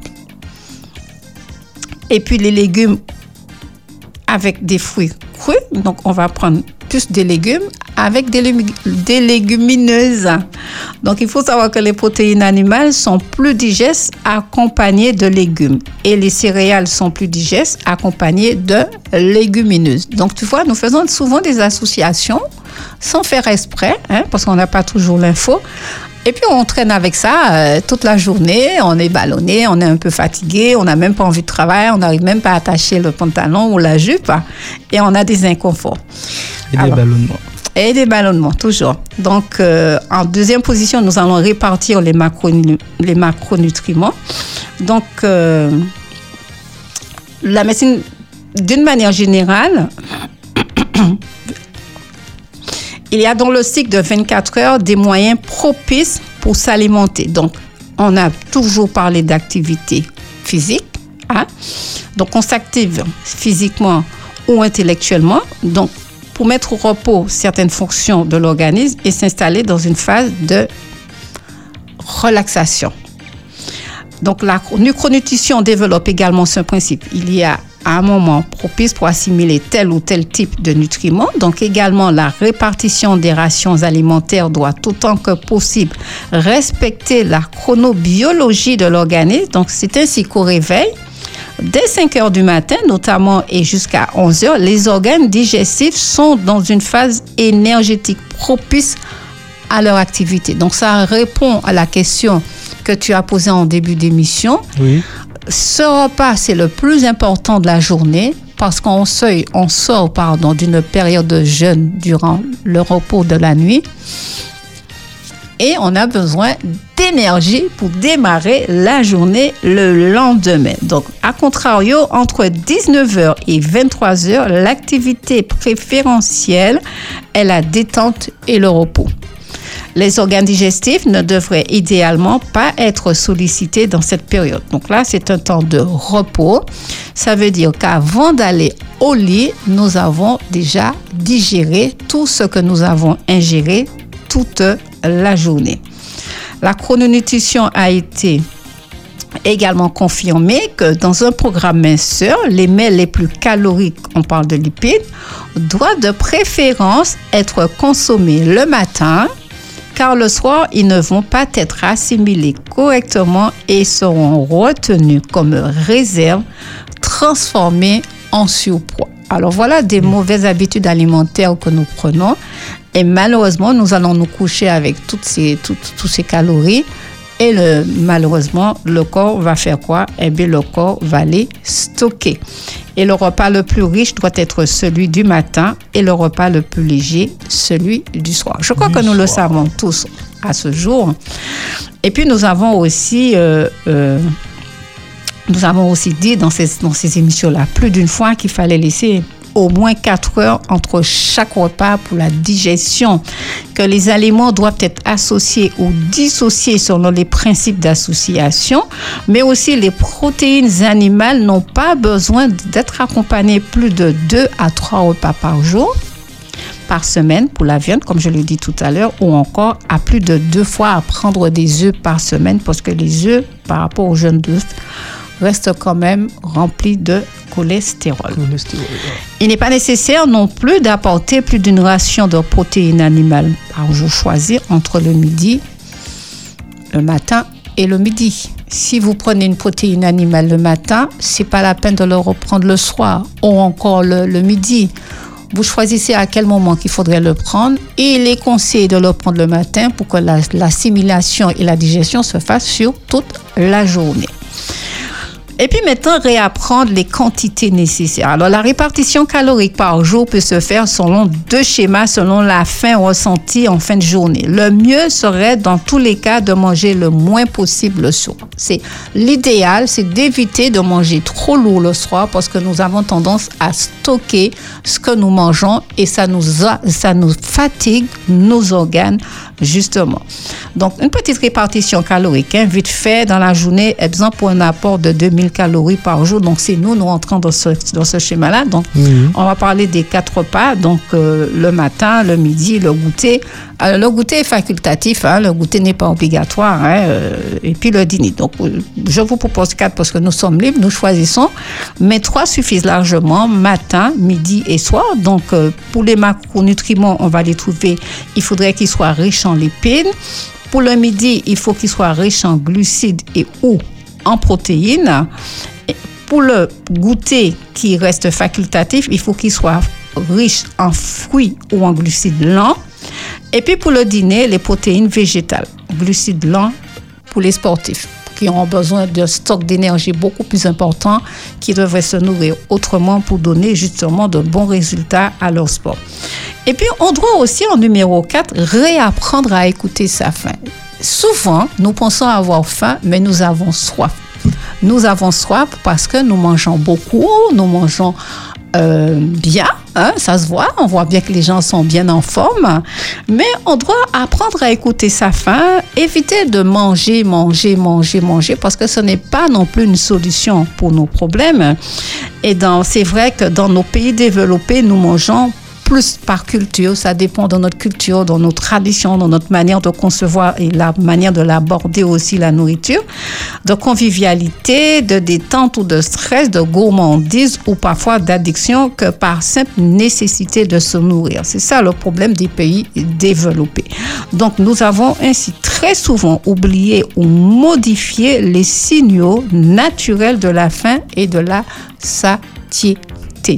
Et puis, les légumes avec des fruits crus. Donc, on va prendre plus de légumes avec des, lég- des légumineuses. Donc, il faut savoir que les protéines animales sont plus digestes accompagnées de légumes et les céréales sont plus digestes accompagnées de légumineuses. Donc, tu vois, nous faisons souvent des associations sans faire exprès, hein, parce qu'on n'a pas toujours l'info. Et puis, on traîne avec ça euh, toute la journée. On est ballonné, on est un peu fatigué, on n'a même pas envie de travailler, on n'arrive même pas à attacher le pantalon ou la jupe et on a des inconforts. Et Alors, des ballonnements. Et des ballonnements, toujours. Donc, euh, en deuxième position, nous allons répartir les, macronu- les macronutriments. Donc, euh, la médecine, d'une manière générale, il y a dans le cycle de vingt-quatre heures des moyens propices pour s'alimenter. Donc, on a toujours parlé d'activité physique. Hein? Donc, on s'active physiquement ou intellectuellement. Donc, pour mettre au repos certaines fonctions de l'organisme et s'installer dans une phase de relaxation. Donc, la micronutrition développe également ce principe. Il y a un moment propice pour assimiler tel ou tel type de nutriments. Donc, également, la répartition des rations alimentaires doit, autant que possible, respecter la chronobiologie de l'organisme. Donc, c'est ainsi qu'au réveil, dès cinq heures du matin, notamment, et jusqu'à onze heures, les organes digestifs sont dans une phase énergétique propice à leur activité. Donc, ça répond à la question que tu as posée en début d'émission. Oui. Ce repas, c'est le plus important de la journée parce qu'on sort, on sort pardon, d'une période de jeûne durant le repos de la nuit. Et on a besoin d'énergie pour démarrer la journée le lendemain. Donc, à contrario, entre dix-neuf heures et vingt-trois heures, l'activité préférentielle est la détente et le repos. Les organes digestifs ne devraient idéalement pas être sollicités dans cette période. Donc là, c'est un temps de repos. Ça veut dire qu'avant d'aller au lit, nous avons déjà digéré tout ce que nous avons ingéré toute la journée. La chrononutrition a été également confirmé que dans un programme minceur, les mets les plus caloriques, on parle de lipides, doivent de préférence être consommés le matin, car le soir, ils ne vont pas être assimilés correctement et seront retenus comme réserve, transformés en surpoids. Alors voilà des mauvaises habitudes alimentaires que nous prenons et malheureusement, nous allons nous coucher avec toutes ces, toutes, toutes ces calories. Et le, malheureusement, le corps va faire quoi? Eh bien, le corps va les stocker. Et le repas le plus riche doit être celui du matin et le repas le plus léger, celui du soir. Je crois du que nous soir. Le savons tous à ce jour. Et puis, nous avons aussi, euh, euh, nous avons aussi dit dans ces, dans ces émissions-là plus d'une fois qu'il fallait laisser au moins quatre heures entre chaque repas pour la digestion, que les aliments doivent être associés ou dissociés selon les principes d'association, mais aussi les protéines animales n'ont pas besoin d'être accompagnées plus de deux à trois repas par jour. par semaine pour la viande, comme je l'ai dit tout à l'heure, ou encore à plus de deux fois à prendre des œufs par semaine, parce que les œufs, par rapport aux jeunes d'œufs, restent quand même remplis de cholestérol. Cholestérol. Il n'est pas nécessaire non plus d'apporter plus d'une ration de protéines animales par jour choisi entre le midi, le matin et le midi. Si vous prenez une protéine animale le matin, c'est pas la peine de le reprendre le soir ou encore le, le midi. Vous choisissez à quel moment qu'il faudrait le prendre et il est conseillé de le prendre le matin pour que la, l'assimilation et la digestion se fassent sur toute la journée. Et puis maintenant, réapprendre les quantités nécessaires. Alors, la répartition calorique par jour peut se faire selon deux schémas, selon la faim ressentie en fin de journée. Le mieux serait, dans tous les cas, de manger le moins possible le soir. C'est l'idéal, c'est d'éviter de manger trop lourd le soir parce que nous avons tendance à stocker ce que nous mangeons et ça nous, a, ça nous fatigue nos organes, justement. Donc, une petite répartition calorique, hein, vite fait dans la journée, exemple pour un apport de deux mille calories par jour. Donc, c'est nous, nous rentrons dans ce, dans ce schéma-là. Donc, mmh. on va parler des quatre repas. Donc, euh, le matin, le midi, le goûter. Alors, le goûter est facultatif. Hein, le goûter n'est pas obligatoire. Hein, euh, et puis, le dîner. Donc, je vous propose quatre parce que nous sommes libres, nous choisissons. Mais trois suffisent largement, matin, midi et soir. Donc, euh, pour les macronutriments, on va les trouver. Il faudrait qu'ils soient riches en lipides. Pour le midi, il faut qu'ils soient riches en glucides et ou en protéines. Et pour le goûter qui reste facultatif, il faut qu'il soit riche en fruits ou en glucides lents. Et puis pour le dîner, les protéines végétales, glucides lents pour les sportifs qui ont besoin d'un stock d'énergie beaucoup plus important, qui devraient se nourrir autrement pour donner justement de bons résultats à leur sport. Et puis on doit aussi en numéro quatre, réapprendre à écouter sa faim. Souvent, nous pensons avoir faim, mais nous avons soif. Nous avons soif parce que nous mangeons beaucoup, nous mangeons euh, bien, hein, ça se voit, on voit bien que les gens sont bien en forme, mais on doit apprendre à écouter sa faim, éviter de manger, manger, manger, manger, parce que ce n'est pas non plus une solution pour nos problèmes. Et dans, c'est vrai que dans nos pays développés, nous mangeons plus par culture, ça dépend de notre culture, de nos traditions, de notre manière de concevoir et la manière de l'aborder aussi la nourriture, de convivialité, de détente ou de stress, de gourmandise ou parfois d'addiction que par simple nécessité de se nourrir. C'est ça le problème des pays développés. Donc nous avons ainsi très souvent oublié ou modifié les signaux naturels de la faim et de la satiété.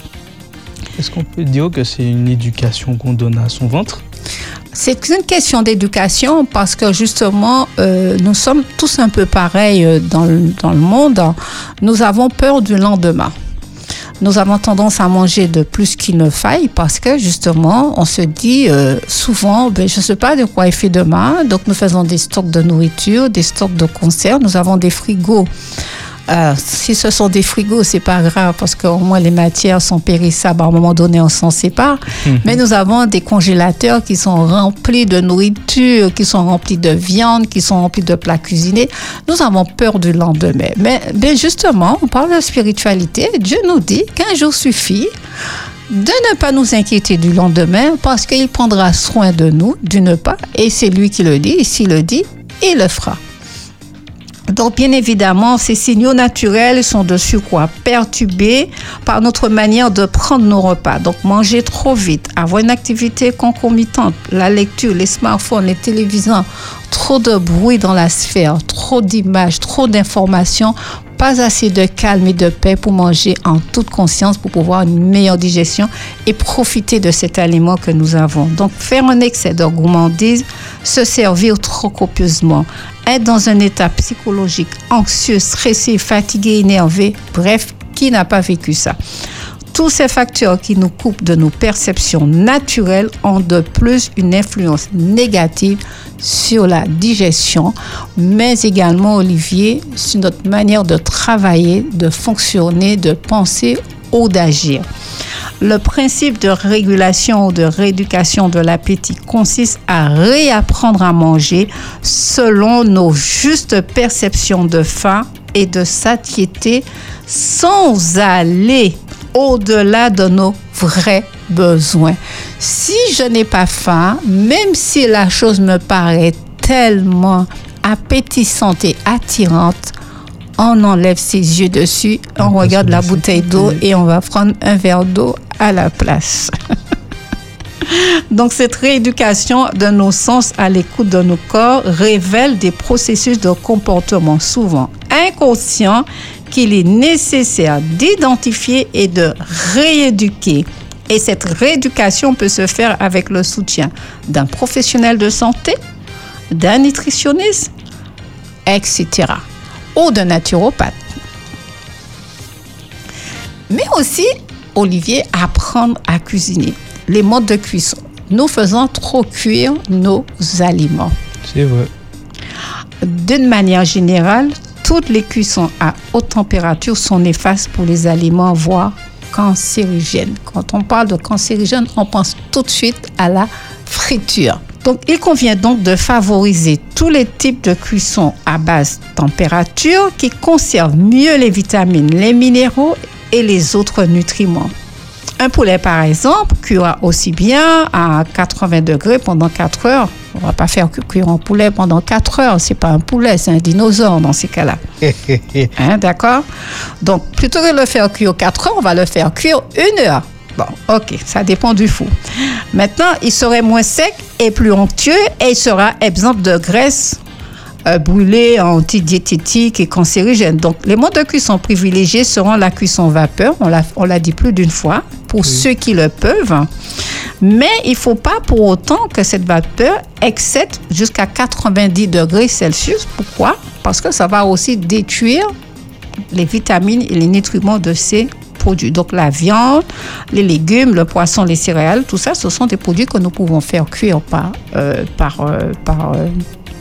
Est-ce qu'on peut dire que c'est une éducation qu'on donne à son ventre ? C'est une question d'éducation parce que justement, euh, nous sommes tous un peu pareils dans le, dans le monde. Nous avons peur du lendemain. Nous avons tendance à manger de plus qu'il ne faille parce que justement, on se dit euh, souvent, ben, je ne sais pas de quoi il fait demain. Donc, nous faisons des stocks de nourriture, des stocks de conserves. Nous avons des frigos. Euh, si ce sont des frigos, c'est pas grave parce qu'au moins les matières sont périssables. À un moment donné, on s'en sépare. Mm-hmm. Mais nous avons des congélateurs qui sont remplis de nourriture, qui sont remplis de viande, qui sont remplis de plats cuisinés. Nous avons peur du lendemain. Mais, mais justement, on parle de spiritualité. Dieu nous dit qu'un jour suffit de ne pas nous inquiéter du lendemain parce qu'il prendra soin de nous, d'une part, et c'est lui qui le dit. Et s'il le dit, il le fera. Donc, bien évidemment, ces signaux naturels sont de surcroît perturbés par notre manière de prendre nos repas. Donc, manger trop vite, avoir une activité concomitante, la lecture, les smartphones, les téléviseurs, trop de bruit dans la sphère, trop d'images, trop d'informations, pas assez de calme et de paix pour manger en toute conscience, pour pouvoir une meilleure digestion et profiter de cet aliment que nous avons. Donc, faire un excès de gourmandise, se servir trop copieusement, être dans un état psychologique anxieux, stressé, fatigué, énervé, bref, qui n'a pas vécu ça? Tous ces facteurs qui nous coupent de nos perceptions naturelles ont de plus une influence négative sur la digestion, mais également, Olivier, sur notre manière de travailler, de fonctionner, de penser ou d'agir. Le principe de régulation ou de rééducation de l'appétit consiste à réapprendre à manger selon nos justes perceptions de faim et de satiété sans aller au-delà de nos vrais besoin. Si je n'ai pas faim, même si la chose me paraît tellement appétissante et attirante, on enlève ses yeux dessus, on, on regarde la bouteille d'eau et on va prendre un verre d'eau à la place. Donc, cette rééducation de nos sens à l'écoute de nos corps révèle des processus de comportement souvent inconscients qu'il est nécessaire d'identifier et de rééduquer. Et cette rééducation peut se faire avec le soutien d'un professionnel de santé, d'un nutritionniste, et cetera, ou d'un naturopathe. Mais aussi, Olivier, apprendre à cuisiner. Les modes de cuisson. Nous faisons trop cuire nos aliments. C'est vrai. D'une manière générale, toutes les cuissons à haute température sont néfastes pour les aliments, voire cancérigènes. Quand on parle de cancérigènes, on pense tout de suite à la friture. Donc, il convient donc de favoriser tous les types de cuisson à basse température qui conservent mieux les vitamines, les minéraux et les autres nutriments. Un poulet, par exemple, cuira aussi bien à quatre-vingts degrés pendant quatre heures. On ne va pas faire cuire un poulet pendant quatre heures. Ce n'est pas un poulet, c'est un dinosaure dans ces cas-là. Hein, d'accord? Donc, plutôt que de le faire cuire quatre heures, on va le faire cuire une heure. Bon, ok, ça dépend du four. Maintenant, il serait moins sec et plus onctueux et il sera exempt de graisse euh, brûlée, antidiététique et cancérigène. Donc, les modes de cuisson privilégiés seront la cuisson vapeur, on l'a, on l'a dit plus d'une fois, pour oui. ceux qui le peuvent. Mais il ne faut pas pour autant que cette vapeur excède jusqu'à quatre-vingt-dix degrés Celsius. Pourquoi? Parce que ça va aussi détruire les vitamines et les nutriments de ces produits. Donc la viande, les légumes, le poisson, les céréales, tout ça, ce sont des produits que nous pouvons faire cuire par, euh, par, euh, par euh,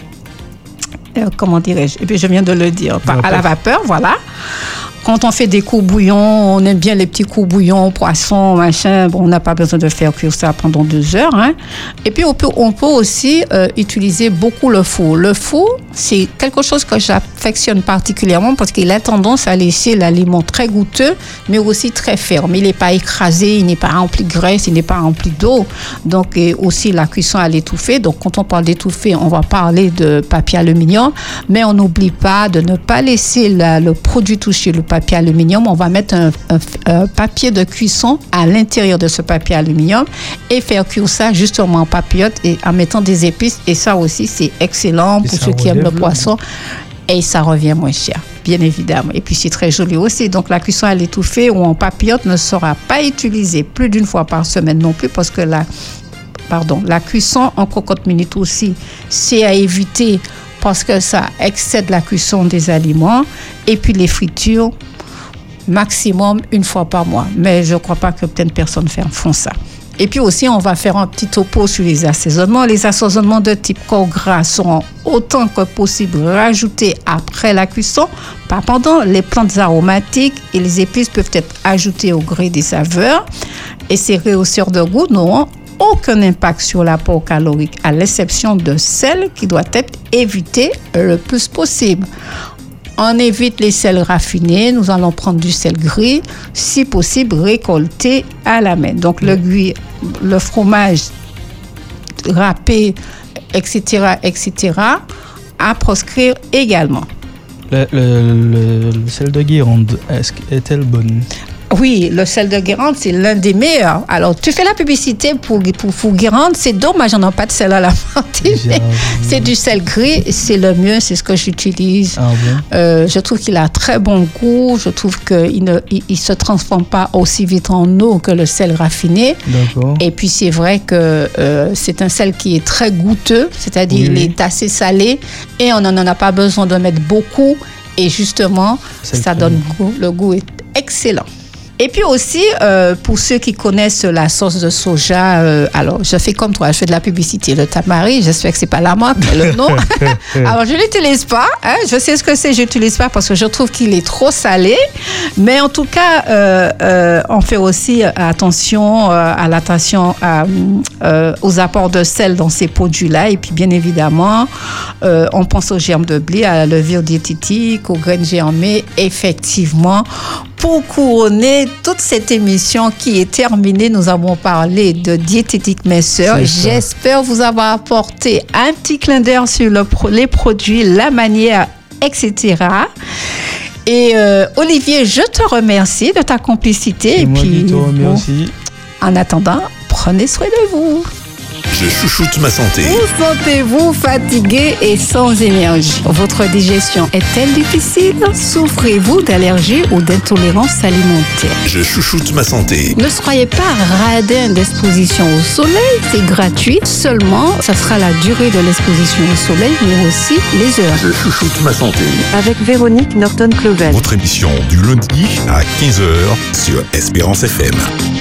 euh, comment dirais-je? Et puis je viens de le dire, par, à la vapeur, voilà. Quand on fait des coups-bouillons, on aime bien les petits coups-bouillons, poissons, machin. Bon, on n'a pas besoin de faire cuire ça pendant deux heures. Hein. Et puis, on peut, on peut aussi euh, utiliser beaucoup le four. Le four, c'est quelque chose que j'affectionne particulièrement parce qu'il a tendance à laisser l'aliment très goûteux, mais aussi très ferme. Il n'est pas écrasé, il n'est pas rempli de graisse, il n'est pas rempli d'eau. Donc, et aussi la cuisson à l'étouffée. Donc, quand on parle d'étouffer, on va parler de papier aluminium, mais on n'oublie pas de ne pas laisser la, le produit toucher le papier aluminium. On va mettre un, un, un papier de cuisson à l'intérieur de ce papier aluminium et faire cuire ça justement en papillote et en mettant des épices. Et ça aussi, c'est excellent pour ceux qui aiment le poisson. Et ça revient moins cher, bien évidemment. Et puis, c'est très joli aussi. Donc, la cuisson à l'étouffée ou en papillote ne sera pas utilisée plus d'une fois par semaine non plus parce que la, pardon, la cuisson en cocotte minute aussi, c'est à éviter parce que ça excède la cuisson des aliments. Et puis les fritures, maximum une fois par mois. Mais je ne crois pas que plein de personnes font ça. Et puis aussi, on va faire un petit topo sur les assaisonnements. Les assaisonnements de type corps gras seront autant que possible rajoutés après la cuisson, pas pendant. Les plantes aromatiques et les épices peuvent être ajoutées au gré des saveurs. Et ces rehausseurs de goût n'auront aucun impact sur l'apport calorique, à l'exception de sel qui doit être évité le plus possible. On évite les sels raffinés, nous allons prendre du sel gris, si possible récolté à la main. Donc le gris, le fromage râpé, et cetera, et cetera, à proscrire également. Le, le, le, le sel de Guérande, est-ce, est-elle bonne? Oui, le sel de Guérande, c'est l'un des meilleurs. Alors, tu fais la publicité pour, pour, pour Guérande, c'est dommage, j'en ai pas de sel à la partie, mais c'est du sel gris, c'est le mieux, c'est ce que j'utilise. Ah bon? euh, je trouve qu'il a très bon goût, je trouve qu'il ne il, il se transforme pas aussi vite en eau que le sel raffiné. D'accord. Et puis, c'est vrai que euh, c'est un sel qui est très goûteux, c'est-à-dire oui. il est assez salé et on n'en a pas besoin de mettre beaucoup et justement, c'est ça donne goût, le goût est excellent. Et puis aussi, euh, pour ceux qui connaissent la sauce de soja, euh, alors je fais comme toi, je fais de la publicité, le tamari, j'espère que c'est pas la marque, mais le nom. Alors je l'utilise pas, hein, je sais ce que c'est, je l'utilise pas parce que je trouve qu'il est trop salé. Mais en tout cas, euh, euh, on fait aussi attention euh, à l'attention à, euh, aux apports de sel dans ces produits-là. Et puis bien évidemment, euh, on pense aux germes de blé, à la levure diététique, aux graines germées, effectivement. pour couronner toute cette émission qui est terminée, nous avons parlé de diététique minceur. J'espère vous avoir apporté un petit clin d'œil sur le, les produits, la manière, et cetera. Et euh, Olivier, je te remercie de ta complicité. Et, et moi, puis, je te remercie. Bon, en attendant, prenez soin de vous. Je chouchoute ma santé. Vous sentez-vous fatigué et sans énergie? Votre digestion est-elle difficile? Souffrez-vous d'allergies ou d'intolérance alimentaire? Je chouchoute ma santé. Ne soyez pas radin d'exposition au soleil, c'est gratuit. Seulement, ça sera la durée de l'exposition au soleil, mais aussi les heures. Je chouchoute ma santé. Avec Véronique Norton-Clovel. Votre émission du lundi à quinze heures sur Espérance F M.